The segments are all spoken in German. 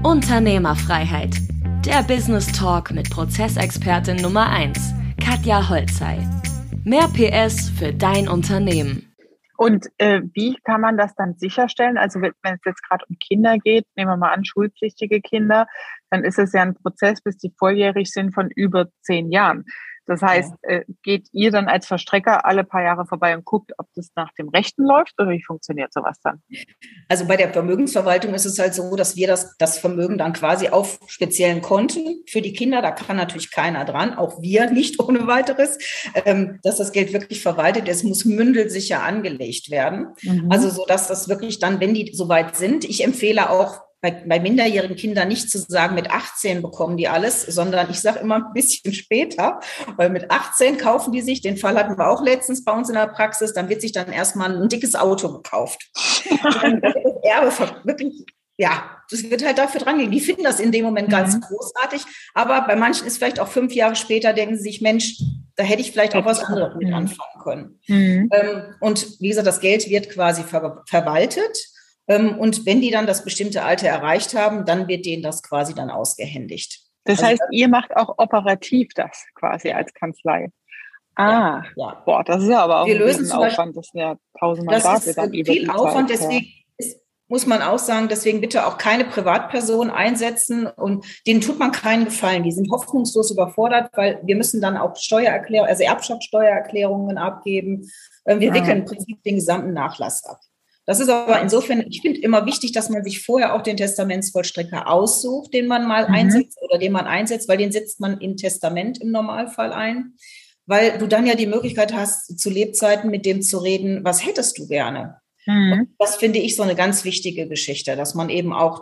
Unternehmerfreiheit. Der Business Talk mit Prozessexpertin Nummer 1, Katja Holzei. Mehr PS für dein Unternehmen. Und wie kann man das dann sicherstellen? Also wenn es jetzt gerade um Kinder geht, nehmen wir mal an, schulpflichtige Kinder, dann ist es ja ein Prozess, bis die volljährig sind, von über 10 Jahren. Das heißt, geht ihr dann als Verstrecker alle paar Jahre vorbei und guckt, ob das nach dem Rechten läuft oder wie funktioniert sowas dann? Also bei der Vermögensverwaltung ist es halt so, dass wir das Vermögen dann quasi auf speziellen Konten für die Kinder, da kann natürlich keiner dran, auch wir nicht ohne weiteres, dass das Geld wirklich verwaltet ist, muss mündelsicher angelegt werden. Also so, dass das wirklich dann, wenn die soweit sind, ich empfehle auch, bei minderjährigen Kindern nicht zu sagen, mit 18 bekommen die alles, sondern ich sage immer ein bisschen später, weil mit 18 kaufen die sich, den Fall hatten wir auch letztens bei uns in der Praxis, dann wird sich dann erstmal ein dickes Auto gekauft. Und dann wird das Erbe wirklich, ja, das wird halt dafür dran gehen. Die finden das in dem Moment ganz großartig, aber bei manchen ist vielleicht auch 5 Jahre später, denken sie sich, Mensch, da hätte ich vielleicht auch was anderes mit anfangen können. Und wie gesagt, das Geld wird quasi verwaltet. Und wenn die dann das bestimmte Alter erreicht haben, dann wird denen das quasi dann ausgehändigt. Das heißt, ihr macht auch operativ das quasi als Kanzlei. Ja. Boah, das ist ja aber auch ein Aufwand, das sind ja tausendmal dafür dann über die Zeit. Viel Aufwand, deswegen muss man auch sagen, deswegen bitte auch keine Privatperson einsetzen und denen tut man keinen Gefallen. Die sind hoffnungslos überfordert, weil wir müssen dann auch Erbschaftssteuererklärungen abgeben. Wir wickeln im Prinzip den gesamten Nachlass ab. Das ist aber insofern, ich finde immer wichtig, dass man sich vorher auch den Testamentsvollstrecker aussucht, den man mal einsetzt oder den man einsetzt, weil den setzt man im Testament im Normalfall ein, weil du dann ja die Möglichkeit hast, zu Lebzeiten mit dem zu reden, was hättest du gerne? Und das finde ich so eine ganz wichtige Geschichte, dass man eben auch,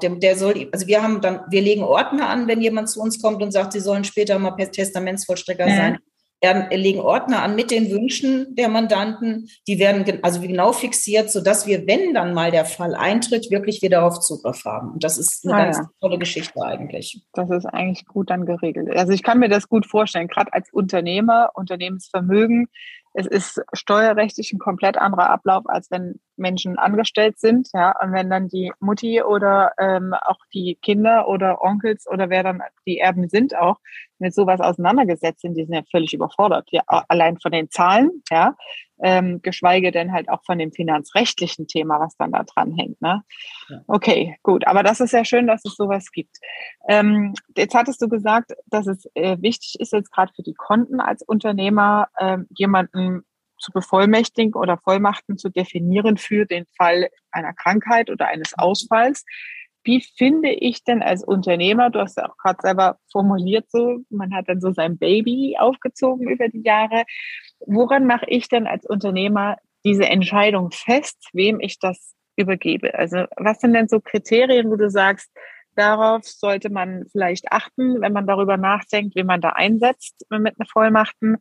wir legen Ordner an, wenn jemand zu uns kommt und sagt, sie sollen später mal Testamentsvollstrecker sein. Wir legen Ordner an mit den Wünschen der Mandanten. Die werden also genau fixiert, sodass wir, wenn dann mal der Fall eintritt, wirklich wieder darauf Zugriff haben. Und das ist eine ganz tolle Geschichte eigentlich. Das ist eigentlich gut dann geregelt. Also ich kann mir das gut vorstellen, gerade als Unternehmer, Unternehmensvermögen. Es ist steuerrechtlich ein komplett anderer Ablauf, als wenn Menschen angestellt sind. Ja, und wenn dann die Mutti oder auch die Kinder oder Onkels oder wer dann die Erben sind auch mit sowas auseinandergesetzt sind, die sind ja völlig überfordert. Ja, allein von den Zahlen, ja, geschweige denn halt auch von dem finanzrechtlichen Thema, was dann da dran hängt. Ne? Okay, gut. Aber das ist ja schön, dass es sowas gibt. Jetzt hattest du gesagt, dass es wichtig ist, jetzt gerade für die Konten als Unternehmer jemanden zu bevollmächtigen oder Vollmachten zu definieren für den Fall einer Krankheit oder eines Ausfalls. Wie finde ich denn als Unternehmer, du hast ja auch gerade selber formuliert so, man hat dann so sein Baby aufgezogen über die Jahre. Woran mache ich denn als Unternehmer diese Entscheidung fest, wem ich das übergebe? Also was sind denn so Kriterien, wo du sagst, darauf sollte man vielleicht achten, wenn man darüber nachdenkt, wen man da einsetzt mit einer Vollmachten?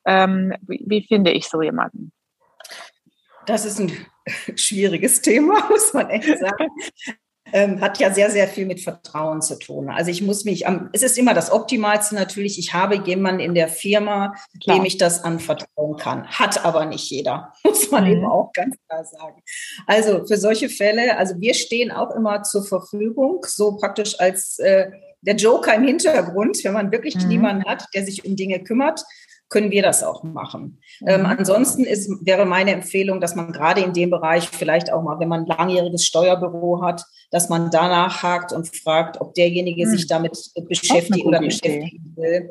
Wie finde ich so jemanden? Das ist ein schwieriges Thema, muss man echt sagen. Hat ja sehr, sehr viel mit Vertrauen zu tun. Also es ist immer das Optimalste natürlich, ich habe jemanden in der Firma, dem ich das anvertrauen kann. Hat aber nicht jeder, muss man eben auch ganz klar sagen. Also für solche Fälle, also wir stehen auch immer zur Verfügung, so praktisch als der Joker im Hintergrund, wenn man wirklich niemanden hat, der sich um Dinge kümmert, können wir das auch machen. Ansonsten wäre meine Empfehlung, dass man gerade in dem Bereich vielleicht auch mal, wenn man ein langjähriges Steuerbüro hat, dass man danach hakt und fragt, ob derjenige sich damit beschäftigt oder beschäftigen will.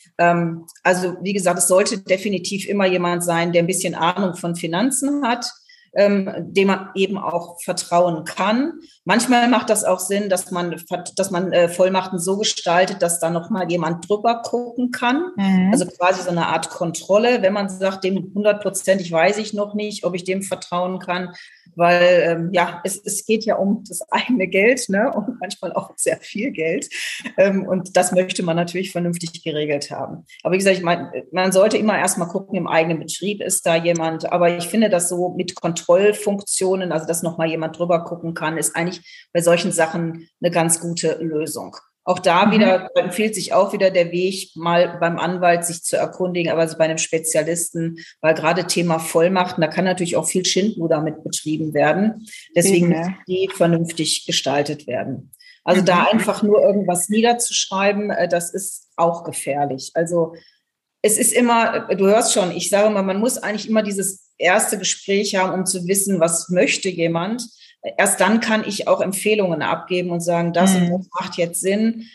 Also wie gesagt, es sollte definitiv immer jemand sein, der ein bisschen Ahnung von Finanzen hat, dem man eben auch vertrauen kann. Manchmal macht das auch Sinn, dass man Vollmachten so gestaltet, dass da noch mal jemand drüber gucken kann. Also quasi so eine Art Kontrolle, wenn man sagt, dem 100%ig weiß ich noch nicht, ob ich dem vertrauen kann, weil es geht ja um das eigene Geld, ne, und manchmal auch sehr viel Geld. Und das möchte man natürlich vernünftig geregelt haben. Aber wie gesagt, man sollte immer erstmal gucken, im eigenen Betrieb ist da jemand. Aber ich finde das so mit Kontrollfunktionen, also dass noch mal jemand drüber gucken kann, ist eigentlich bei solchen Sachen eine ganz gute Lösung. Auch da wieder empfiehlt sich auch wieder der Weg, mal beim Anwalt sich zu erkundigen, aber also bei einem Spezialisten, weil gerade Thema Vollmachten, da kann natürlich auch viel Schindluder mit betrieben werden. Deswegen müssen die vernünftig gestaltet werden. Also da einfach nur irgendwas niederzuschreiben, das ist auch gefährlich. Also es ist immer, du hörst schon, ich sage mal, man muss eigentlich immer dieses erste Gespräch haben, um zu wissen, was möchte jemand. Erst dann kann ich auch Empfehlungen abgeben und sagen, das und das macht jetzt Sinn.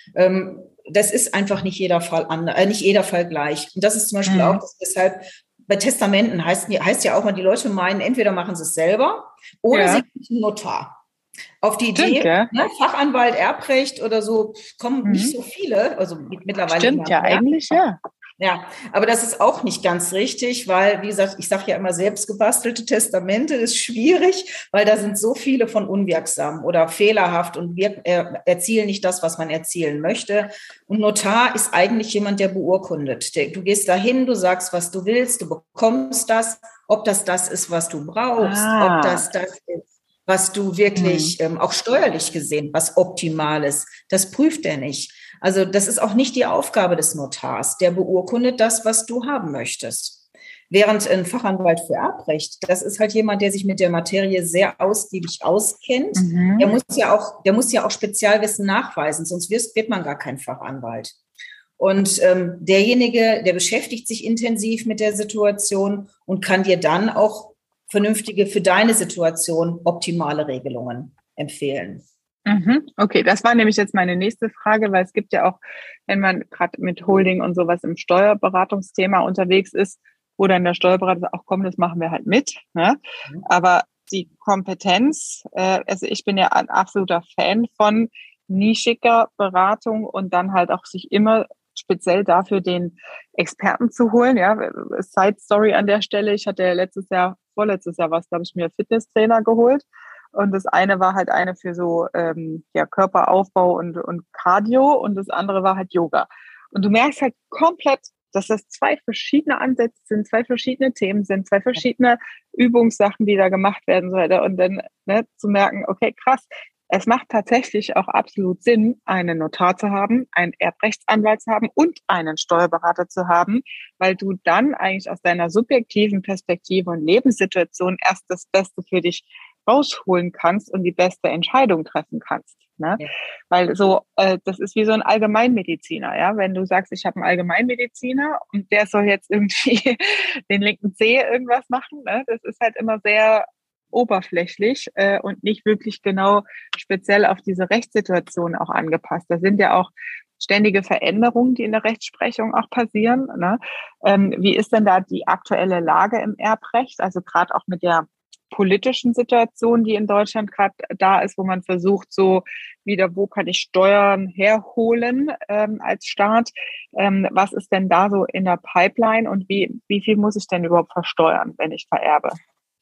Das ist einfach nicht jeder Fall nicht jeder Fall gleich. Und das ist zum Beispiel auch deshalb bei Testamenten heißt ja auch mal, die Leute meinen, entweder machen sie es selber oder sie gehen zum Notar. Auf die Idee, ne, Fachanwalt, Erbrecht oder so, kommen nicht so viele, also mittlerweile. Stimmt ja eigentlich, ja. Ja, aber das ist auch nicht ganz richtig, weil, wie gesagt, ich sage ja immer, selbst gebastelte Testamente ist schwierig, weil da sind so viele von unwirksam oder fehlerhaft und erzielen nicht das, was man erzielen möchte. Und Notar ist eigentlich jemand, der beurkundet. Du gehst dahin, du sagst, was du willst, du bekommst das, ob das ist, was du brauchst, ob das ist, was du wirklich auch steuerlich gesehen, was optimal ist. Das prüft er nicht. Also das ist auch nicht die Aufgabe des Notars. Der beurkundet das, was du haben möchtest. Während ein Fachanwalt für Erbrecht, das ist halt jemand, der sich mit der Materie sehr ausgiebig auskennt. Der muss ja auch Spezialwissen nachweisen, sonst wird man gar kein Fachanwalt. Und derjenige, der beschäftigt sich intensiv mit der Situation und kann dir dann auch vernünftige, für deine Situation optimale Regelungen empfehlen. Okay, das war nämlich jetzt meine nächste Frage, weil es gibt ja auch, wenn man gerade mit Holding und sowas im Steuerberatungsthema unterwegs ist, wo dann der Steuerberater sagt, ach komm, das machen wir halt mit. Ne? Aber die Kompetenz, also ich bin ja ein absoluter Fan von nischiger Beratung und dann halt auch sich immer speziell dafür den Experten zu holen. Ja, Side Story an der Stelle. Ich hatte vorletztes Jahr glaube ich, mir Fitnesstrainer geholt. Und das eine war halt eine für so Körperaufbau und Cardio und das andere war halt Yoga. Und du merkst halt komplett, dass das zwei verschiedene Ansätze sind, zwei verschiedene Themen sind, zwei verschiedene Übungssachen, die da gemacht werden sollen. Und dann zu merken, okay, krass, es macht tatsächlich auch absolut Sinn, einen Notar zu haben, einen Erbrechtsanwalt zu haben und einen Steuerberater zu haben, weil du dann eigentlich aus deiner subjektiven Perspektive und Lebenssituation erst das Beste für dich rausholen kannst und die beste Entscheidung treffen kannst. Ne? Ja. Weil so, das ist wie so ein Allgemeinmediziner, ja. Wenn du sagst, ich habe einen Allgemeinmediziner und der soll jetzt irgendwie den linken Zeh irgendwas machen, ne? Das ist halt immer sehr oberflächlich und nicht wirklich genau speziell auf diese Rechtssituation auch angepasst. Da sind ja auch ständige Veränderungen, die in der Rechtsprechung auch passieren. Ne? Wie ist denn da die aktuelle Lage im Erbrecht? Also gerade auch mit der politischen Situation, die in Deutschland gerade da ist, wo man versucht, so wieder, wo kann ich Steuern herholen als Staat? Was ist denn da so in der Pipeline und wie viel muss ich denn überhaupt versteuern, wenn ich vererbe?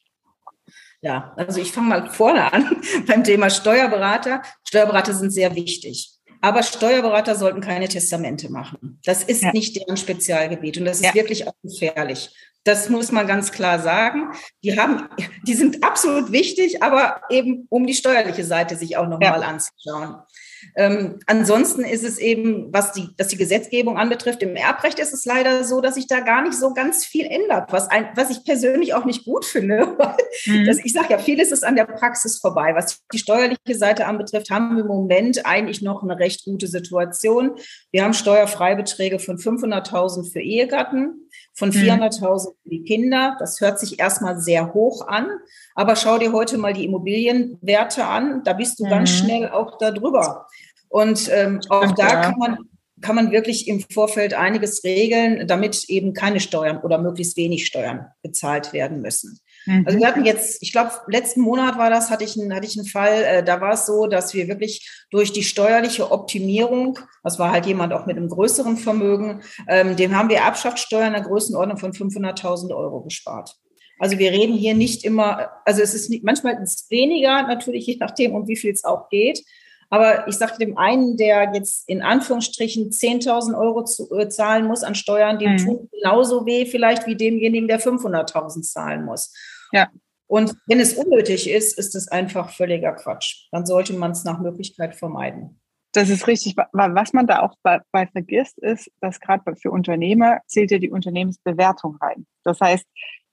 Ja, also ich fange mal vorne an beim Thema Steuerberater. Steuerberater sind sehr wichtig. Aber Steuerberater sollten keine Testamente machen. Das ist nicht deren Spezialgebiet und das ist wirklich auch gefährlich. Das muss man ganz klar sagen. Die sind absolut wichtig, aber eben um die steuerliche Seite sich auch nochmal anzuschauen. Ansonsten ist es eben, was die Gesetzgebung anbetrifft, im Erbrecht ist es leider so, dass sich da gar nicht so ganz viel ändert, was ich persönlich auch nicht gut finde. Ich sage ja, vieles ist an der Praxis vorbei. Was die steuerliche Seite anbetrifft, haben wir im Moment eigentlich noch eine recht gute Situation. Wir haben Steuerfreibeträge von 500.000 für Ehegatten, von 400.000 für die Kinder. Das hört sich erstmal sehr hoch an, aber schau dir heute mal die Immobilienwerte an, da bist du ganz schnell auch da drüber. Und auch da kann man wirklich im Vorfeld einiges regeln, damit eben keine Steuern oder möglichst wenig Steuern bezahlt werden müssen. Also wir hatten jetzt, ich glaube, letzten Monat war das, hatte ich einen Fall, da war es so, dass wir wirklich durch die steuerliche Optimierung, das war halt jemand auch mit einem größeren Vermögen, dem haben wir Erbschaftssteuer in der Größenordnung von 500.000 Euro gespart. Also wir reden hier nicht immer, also es ist nicht, manchmal ist es weniger, natürlich je nachdem, um wie viel es auch geht. Aber ich sagte dem einen, der jetzt in Anführungsstrichen 10.000 Euro zahlen muss an Steuern, dem tut genauso weh vielleicht wie demjenigen, der 500.000 zahlen muss. Ja. Und wenn es unnötig ist, ist es einfach völliger Quatsch. Dann sollte man es nach Möglichkeit vermeiden. Das ist richtig. Was man da auch bei vergisst, ist, dass gerade für Unternehmer zählt ja die Unternehmensbewertung rein. Das heißt,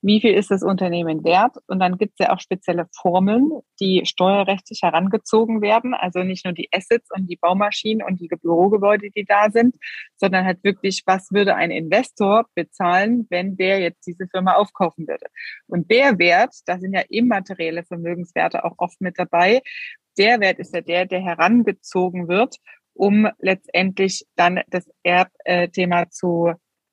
wie viel ist das Unternehmen wert? Und dann gibt es ja auch spezielle Formeln, die steuerrechtlich herangezogen werden. Also nicht nur die Assets und die Baumaschinen und die Bürogebäude, die da sind, sondern halt wirklich, was würde ein Investor bezahlen, wenn der jetzt diese Firma aufkaufen würde? Und der Wert, da sind ja immaterielle Vermögenswerte auch oft mit dabei. Der Wert ist ja der herangezogen wird, um letztendlich dann das Erbthema zu.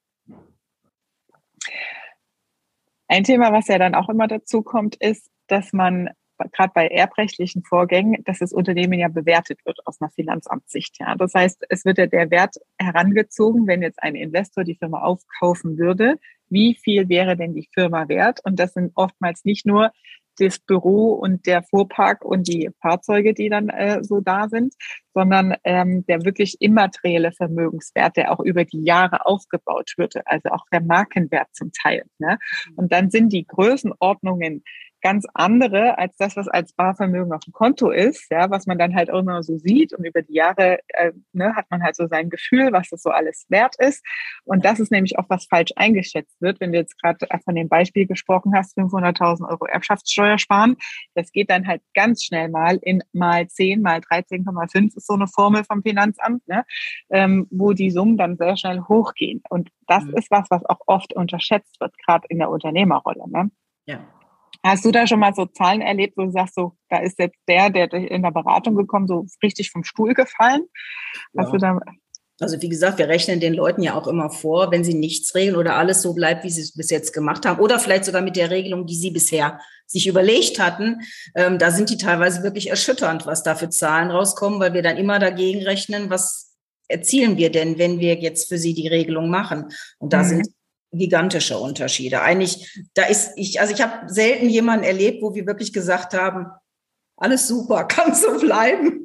Ein Thema, was ja dann auch immer dazu kommt, ist, dass man gerade bei erbrechtlichen Vorgängen, dass das Unternehmen ja bewertet wird aus einer Finanzamtssicht. Ja. Das heißt, es wird ja der Wert herangezogen, wenn jetzt ein Investor die Firma aufkaufen würde. Wie viel wäre denn die Firma wert? Und das sind oftmals nicht nur das Büro und der Fuhrpark und die Fahrzeuge, die dann so da sind, sondern der wirklich immaterielle Vermögenswert, der auch über die Jahre aufgebaut wird, also auch der Markenwert zum Teil. Ne? Und dann sind die Größenordnungen ganz andere als das, was als Barvermögen auf dem Konto ist, ja, was man dann halt auch immer so sieht, und über die Jahre hat man halt so sein Gefühl, was das so alles wert ist. Und das ist nämlich auch, was falsch eingeschätzt wird, wenn du jetzt gerade von dem Beispiel gesprochen hast, 500.000 Euro Erbschaftssteuer sparen. Das geht dann halt ganz schnell mal in mal 10 mal 13,5 ist so eine Formel vom Finanzamt, ne, wo die Summen dann sehr schnell hochgehen. Und das ist was auch oft unterschätzt wird, gerade in der Unternehmerrolle. Ne? Ja. Hast du da schon mal so Zahlen erlebt, wo du sagst, so, da ist jetzt der in der Beratung gekommen, so richtig vom Stuhl gefallen? Ja. Hast du da? Also wie gesagt, wir rechnen den Leuten ja auch immer vor, wenn sie nichts regeln oder alles so bleibt, wie sie es bis jetzt gemacht haben, oder vielleicht sogar mit der Regelung, die sie bisher sich überlegt hatten, da sind die teilweise wirklich erschütternd, was da für Zahlen rauskommen, weil wir dann immer dagegen rechnen, was erzielen wir denn, wenn wir jetzt für sie die Regelung machen? Und da sind gigantische Unterschiede. Eigentlich, ich habe selten jemanden erlebt, wo wir wirklich gesagt haben, alles super, kann so bleiben.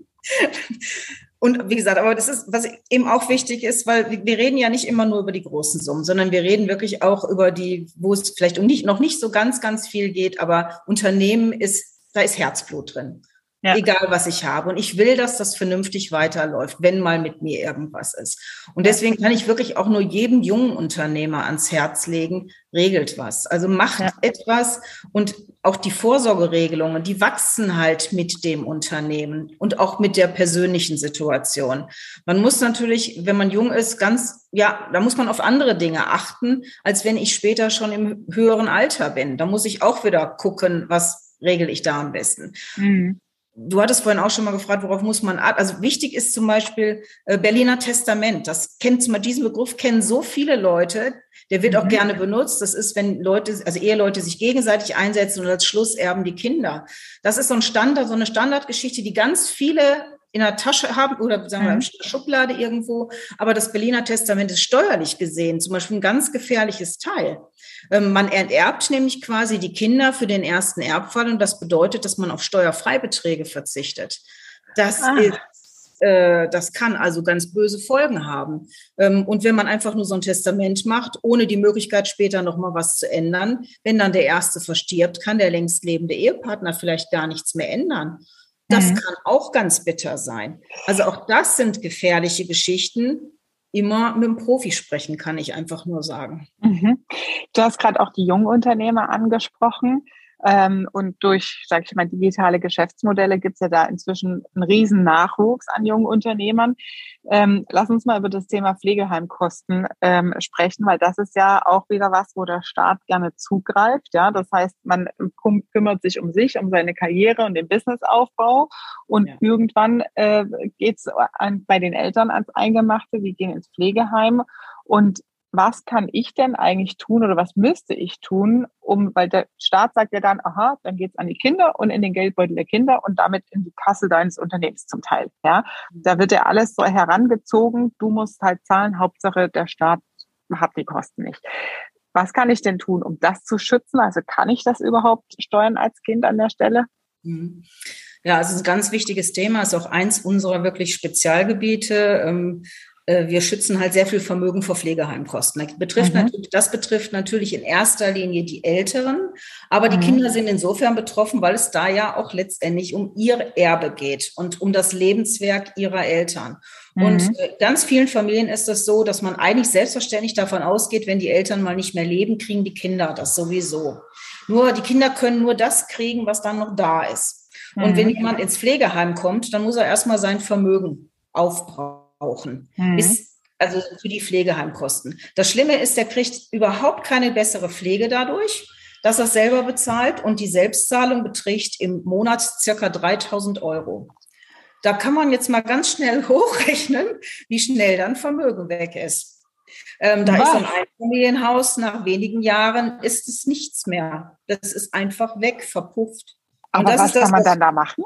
Und wie gesagt, aber das ist, was eben auch wichtig ist, weil wir reden ja nicht immer nur über die großen Summen, sondern wir reden wirklich auch über die, wo es vielleicht noch nicht so ganz, ganz viel geht, aber Unternehmen da ist Herzblut drin. Ja. Egal, was ich habe. Und ich will, dass das vernünftig weiterläuft, wenn mal mit mir irgendwas ist. Und deswegen kann ich wirklich auch nur jedem jungen Unternehmer ans Herz legen, regelt was. Also macht etwas, und auch die Vorsorgeregelungen, die wachsen halt mit dem Unternehmen und auch mit der persönlichen Situation. Man muss natürlich, wenn man jung ist, da muss man auf andere Dinge achten, als wenn ich später schon im höheren Alter bin. Da muss ich auch wieder gucken, was regel ich da am besten. Mhm. Du hattest vorhin auch schon mal gefragt, worauf muss man achten. Also wichtig ist zum Beispiel Berliner Testament. Diesen Begriff kennen so viele Leute. Der wird auch gerne benutzt. Das ist, wenn Eheleute sich gegenseitig einsetzen und als Schlusserben die Kinder. Das ist so eine Standardgeschichte, die ganz viele in der Tasche haben oder sagen wir in der Schublade irgendwo. Aber das Berliner Testament ist steuerlich gesehen zum Beispiel ein ganz gefährliches Teil. Man enterbt nämlich quasi die Kinder für den ersten Erbfall, und das bedeutet, dass man auf Steuerfreibeträge verzichtet. Das kann also ganz böse Folgen haben. Und wenn man einfach nur so ein Testament macht, ohne die Möglichkeit später nochmal was zu ändern, wenn dann der Erste verstirbt, kann der längst lebende Ehepartner vielleicht gar nichts mehr ändern. Das kann auch ganz bitter sein. Also auch das sind gefährliche Geschichten. Immer mit dem Profi sprechen, kann ich einfach nur sagen. Du hast gerade auch die jungen Unternehmer angesprochen. Und durch, sage ich mal, digitale Geschäftsmodelle gibt es ja da inzwischen einen riesen Nachwuchs an jungen Unternehmern. Lass uns mal über das Thema Pflegeheimkosten sprechen, weil das ist ja auch wieder was, wo der Staat gerne zugreift. Ja, das heißt, man kümmert sich um seine Karriere und den Businessaufbau, und irgendwann geht es bei den Eltern ans Eingemachte. Wir gehen ins Pflegeheim, und was kann ich denn eigentlich tun oder was müsste ich tun, weil der Staat sagt ja dann, aha, dann geht's an die Kinder und in den Geldbeutel der Kinder und damit in die Kasse deines Unternehmens zum Teil. Ja, da wird ja alles so herangezogen. Du musst halt zahlen. Hauptsache der Staat hat die Kosten nicht. Was kann ich denn tun, um das zu schützen? Also kann ich das überhaupt steuern als Kind an der Stelle? Ja, es ist ein ganz wichtiges Thema. Es ist auch eins unserer wirklich Spezialgebiete. wir schützen halt sehr viel Vermögen vor Pflegeheimkosten. Das betrifft natürlich in erster Linie die Älteren, aber die Kinder sind insofern betroffen, weil es da ja auch letztendlich um ihr Erbe geht und um das Lebenswerk ihrer Eltern. Und ganz vielen Familien ist es so, dass man eigentlich selbstverständlich davon ausgeht, wenn die Eltern mal nicht mehr leben, kriegen die Kinder das sowieso. Nur die Kinder können nur das kriegen, was dann noch da ist. Und wenn jemand ins Pflegeheim kommt, dann muss er erstmal sein Vermögen aufbrauchen, also für die Pflegeheimkosten. Das Schlimme ist, der kriegt überhaupt keine bessere Pflege dadurch, dass er es selber bezahlt, und die Selbstzahlung beträgt im Monat circa 3.000 €. Da kann man jetzt mal ganz schnell hochrechnen, wie schnell dann Vermögen weg ist. Da ist so ein Einfamilienhaus, nach wenigen Jahren ist es nichts mehr. Das ist einfach weg, verpufft. Aber was kann man dann da machen?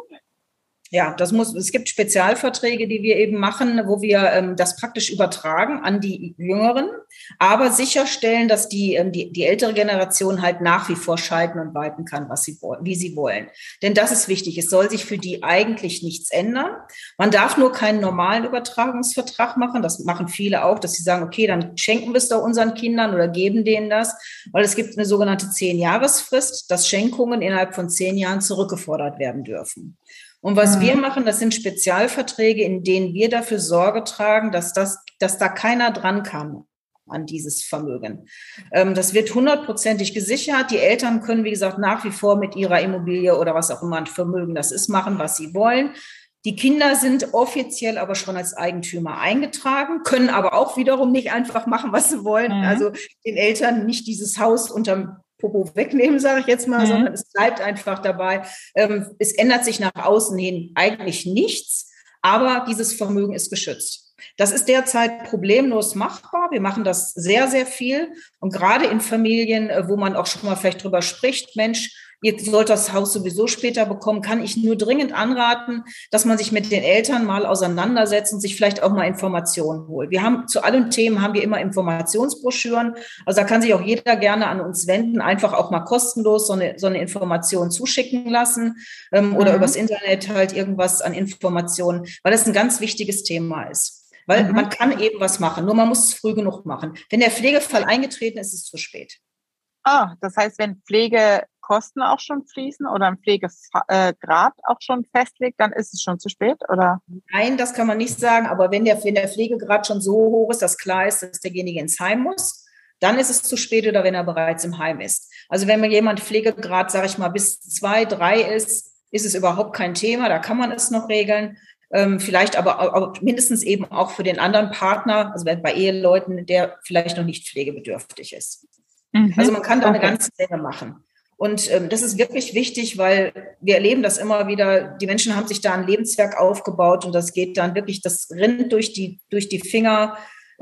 Ja, es gibt Spezialverträge, die wir eben machen, wo wir das praktisch übertragen an die Jüngeren, aber sicherstellen, dass die ältere Generation halt nach wie vor schalten und walten kann, wie sie wollen. Denn das ist wichtig. Es soll sich für die eigentlich nichts ändern. Man darf nur keinen normalen Übertragungsvertrag machen. Das machen viele auch, dass sie sagen, okay, dann schenken wir es doch unseren Kindern oder geben denen das, weil es gibt eine sogenannte 10-Jahresfrist, dass Schenkungen innerhalb von 10 Jahren zurückgefordert werden dürfen. Und was wir machen, das sind Spezialverträge, in denen wir dafür Sorge tragen, dass da keiner dran kann an dieses Vermögen. Das wird 100%ig gesichert. Die Eltern können, wie gesagt, nach wie vor mit ihrer Immobilie oder was auch immer ein Vermögen das ist, machen, was sie wollen. Die Kinder sind offiziell aber schon als Eigentümer eingetragen, können aber auch wiederum nicht einfach machen, was sie wollen. Also den Eltern nicht dieses Haus unterm Popo wegnehmen, sage ich jetzt mal, sondern es bleibt einfach dabei. Es ändert sich nach außen hin eigentlich nichts, aber dieses Vermögen ist geschützt. Das ist derzeit problemlos machbar. Wir machen das sehr, sehr viel. Und gerade in Familien, wo man auch schon mal vielleicht drüber spricht, Mensch, ihr sollt das Haus sowieso später bekommen, kann ich nur dringend anraten, dass man sich mit den Eltern mal auseinandersetzt und sich vielleicht auch mal Informationen holt. Zu allen Themen haben wir immer Informationsbroschüren. Also da kann sich auch jeder gerne an uns wenden, einfach auch mal kostenlos so eine Information zuschicken lassen oder übers Internet halt irgendwas an Informationen, weil das ein ganz wichtiges Thema ist. Weil man kann eben was machen, nur man muss es früh genug machen. Wenn der Pflegefall eingetreten ist, ist es zu spät. Das heißt, wenn Pflegekosten auch schon fließen oder ein Pflegegrad auch schon festlegt, dann ist es schon zu spät, oder? Nein, das kann man nicht sagen. Aber wenn der Pflegegrad schon so hoch ist, dass klar ist, dass derjenige ins Heim muss, dann ist es zu spät, oder wenn er bereits im Heim ist. Also wenn mir jemand Pflegegrad, sage ich mal, bis 2, 3 ist es überhaupt kein Thema. Da kann man es noch regeln. Vielleicht aber mindestens eben auch für den anderen Partner, also bei Eheleuten, der vielleicht noch nicht pflegebedürftig ist. Also man kann da eine ganze Menge machen. Und das ist wirklich wichtig, weil wir erleben das immer wieder. Die Menschen haben sich da ein Lebenswerk aufgebaut und das geht dann wirklich, das rinnt durch die Finger,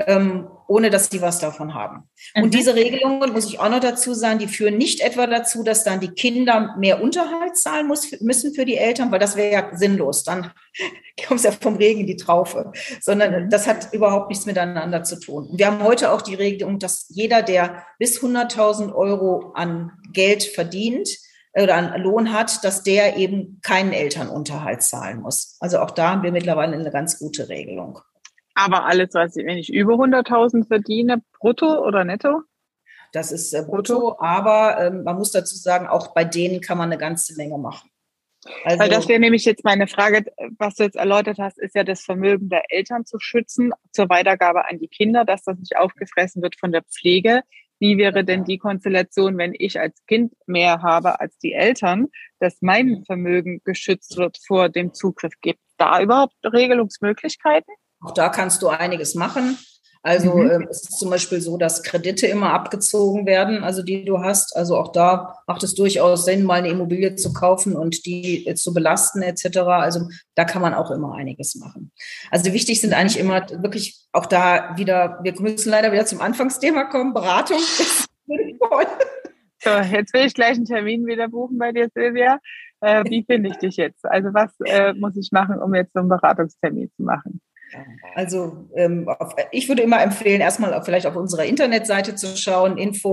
ohne dass die was davon haben. Und diese Regelungen, muss ich auch noch dazu sagen, die führen nicht etwa dazu, dass dann die Kinder mehr Unterhalt zahlen müssen für die Eltern, weil das wäre ja sinnlos. Dann kommt es ja vom Regen in die Traufe. Sondern das hat überhaupt nichts miteinander zu tun. Und wir haben heute auch die Regelung, dass jeder, der bis 100.000 € an Geld verdient oder an Lohn hat, dass der eben keinen Elternunterhalt zahlen muss. Also auch da haben wir mittlerweile eine ganz gute Regelung. Aber alles, wenn ich über 100.000 verdiene, brutto oder netto? Das ist brutto, aber man muss dazu sagen, auch bei denen kann man eine ganze Menge machen. Also, weil das wäre nämlich jetzt meine Frage, was du jetzt erläutert hast, ist ja das Vermögen der Eltern zu schützen, zur Weitergabe an die Kinder, dass das nicht aufgefressen wird von der Pflege. Wie wäre denn die Konstellation, wenn ich als Kind mehr habe als die Eltern, dass mein Vermögen geschützt wird vor dem Zugriff? Gibt es da überhaupt Regelungsmöglichkeiten? Auch da kannst du einiges machen. Also es ist zum Beispiel so, dass Kredite immer abgezogen werden, also die du hast. Also auch da macht es durchaus Sinn, mal eine Immobilie zu kaufen und die zu belasten etc. Also da kann man auch immer einiges machen. Also wichtig sind eigentlich immer wirklich auch da wieder, wir müssen leider wieder zum Anfangsthema kommen, Beratung ist sinnvoll. So, jetzt will ich gleich einen Termin wieder buchen bei dir, Silvia. Wie finde ich dich jetzt? Also was muss ich machen, um jetzt so einen Beratungstermin zu machen? Also ich würde immer empfehlen, erstmal vielleicht auf unserer Internetseite zu schauen,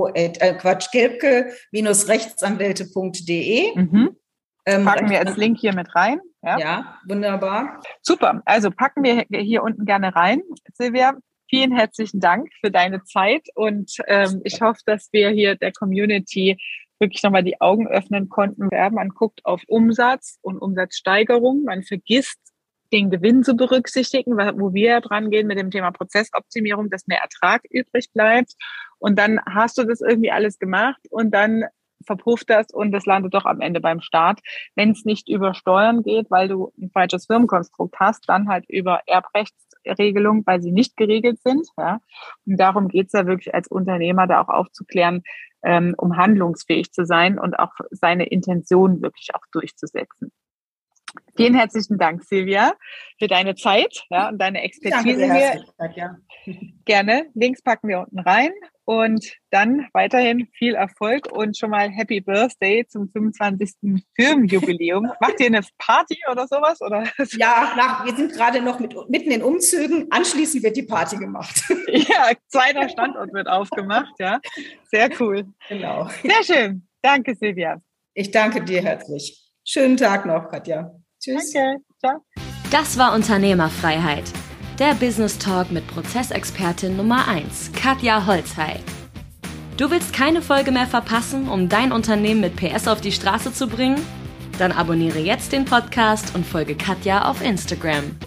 gelbke-rechtsanwälte.de. Packen wir als Link hier mit rein. Ja, wunderbar. Super, also packen wir hier unten gerne rein. Silvia, vielen herzlichen Dank für deine Zeit und ich hoffe, dass wir hier der Community wirklich nochmal die Augen öffnen konnten. Man guckt auf Umsatz und Umsatzsteigerung, man vergisst, den Gewinn zu berücksichtigen, wo wir dran gehen mit dem Thema Prozessoptimierung, dass mehr Ertrag übrig bleibt. Und dann hast du das irgendwie alles gemacht und dann verpufft das und das landet doch am Ende beim Staat. Wenn es nicht über Steuern geht, weil du ein falsches Firmenkonstrukt hast, dann halt über Erbrechtsregelungen, weil sie nicht geregelt sind. Ja. Und darum geht es ja wirklich als Unternehmer, da auch aufzuklären, um handlungsfähig zu sein und auch seine Intention wirklich auch durchzusetzen. Vielen herzlichen Dank, Silvia, für deine Zeit und deine Expertise hier. Ja. Gerne. Links packen wir unten rein und dann weiterhin viel Erfolg und schon mal Happy Birthday zum 25. Firmenjubiläum. Macht ihr eine Party oder sowas? Oder? Ja, wir sind gerade noch mitten in Umzügen. Anschließend wird die Party gemacht. Ja, 2. Standort wird aufgemacht. Ja, sehr cool. Genau. Sehr schön. Danke, Silvia. Ich danke dir herzlich. Schönen Tag noch, Katja. Tschüss. Danke. Ciao. Das war Unternehmerfreiheit. Der Business Talk mit Prozessexpertin Nummer 1, Katja Holzhey. Du willst keine Folge mehr verpassen, um dein Unternehmen mit PS auf die Straße zu bringen? Dann abonniere jetzt den Podcast und folge Katja auf Instagram.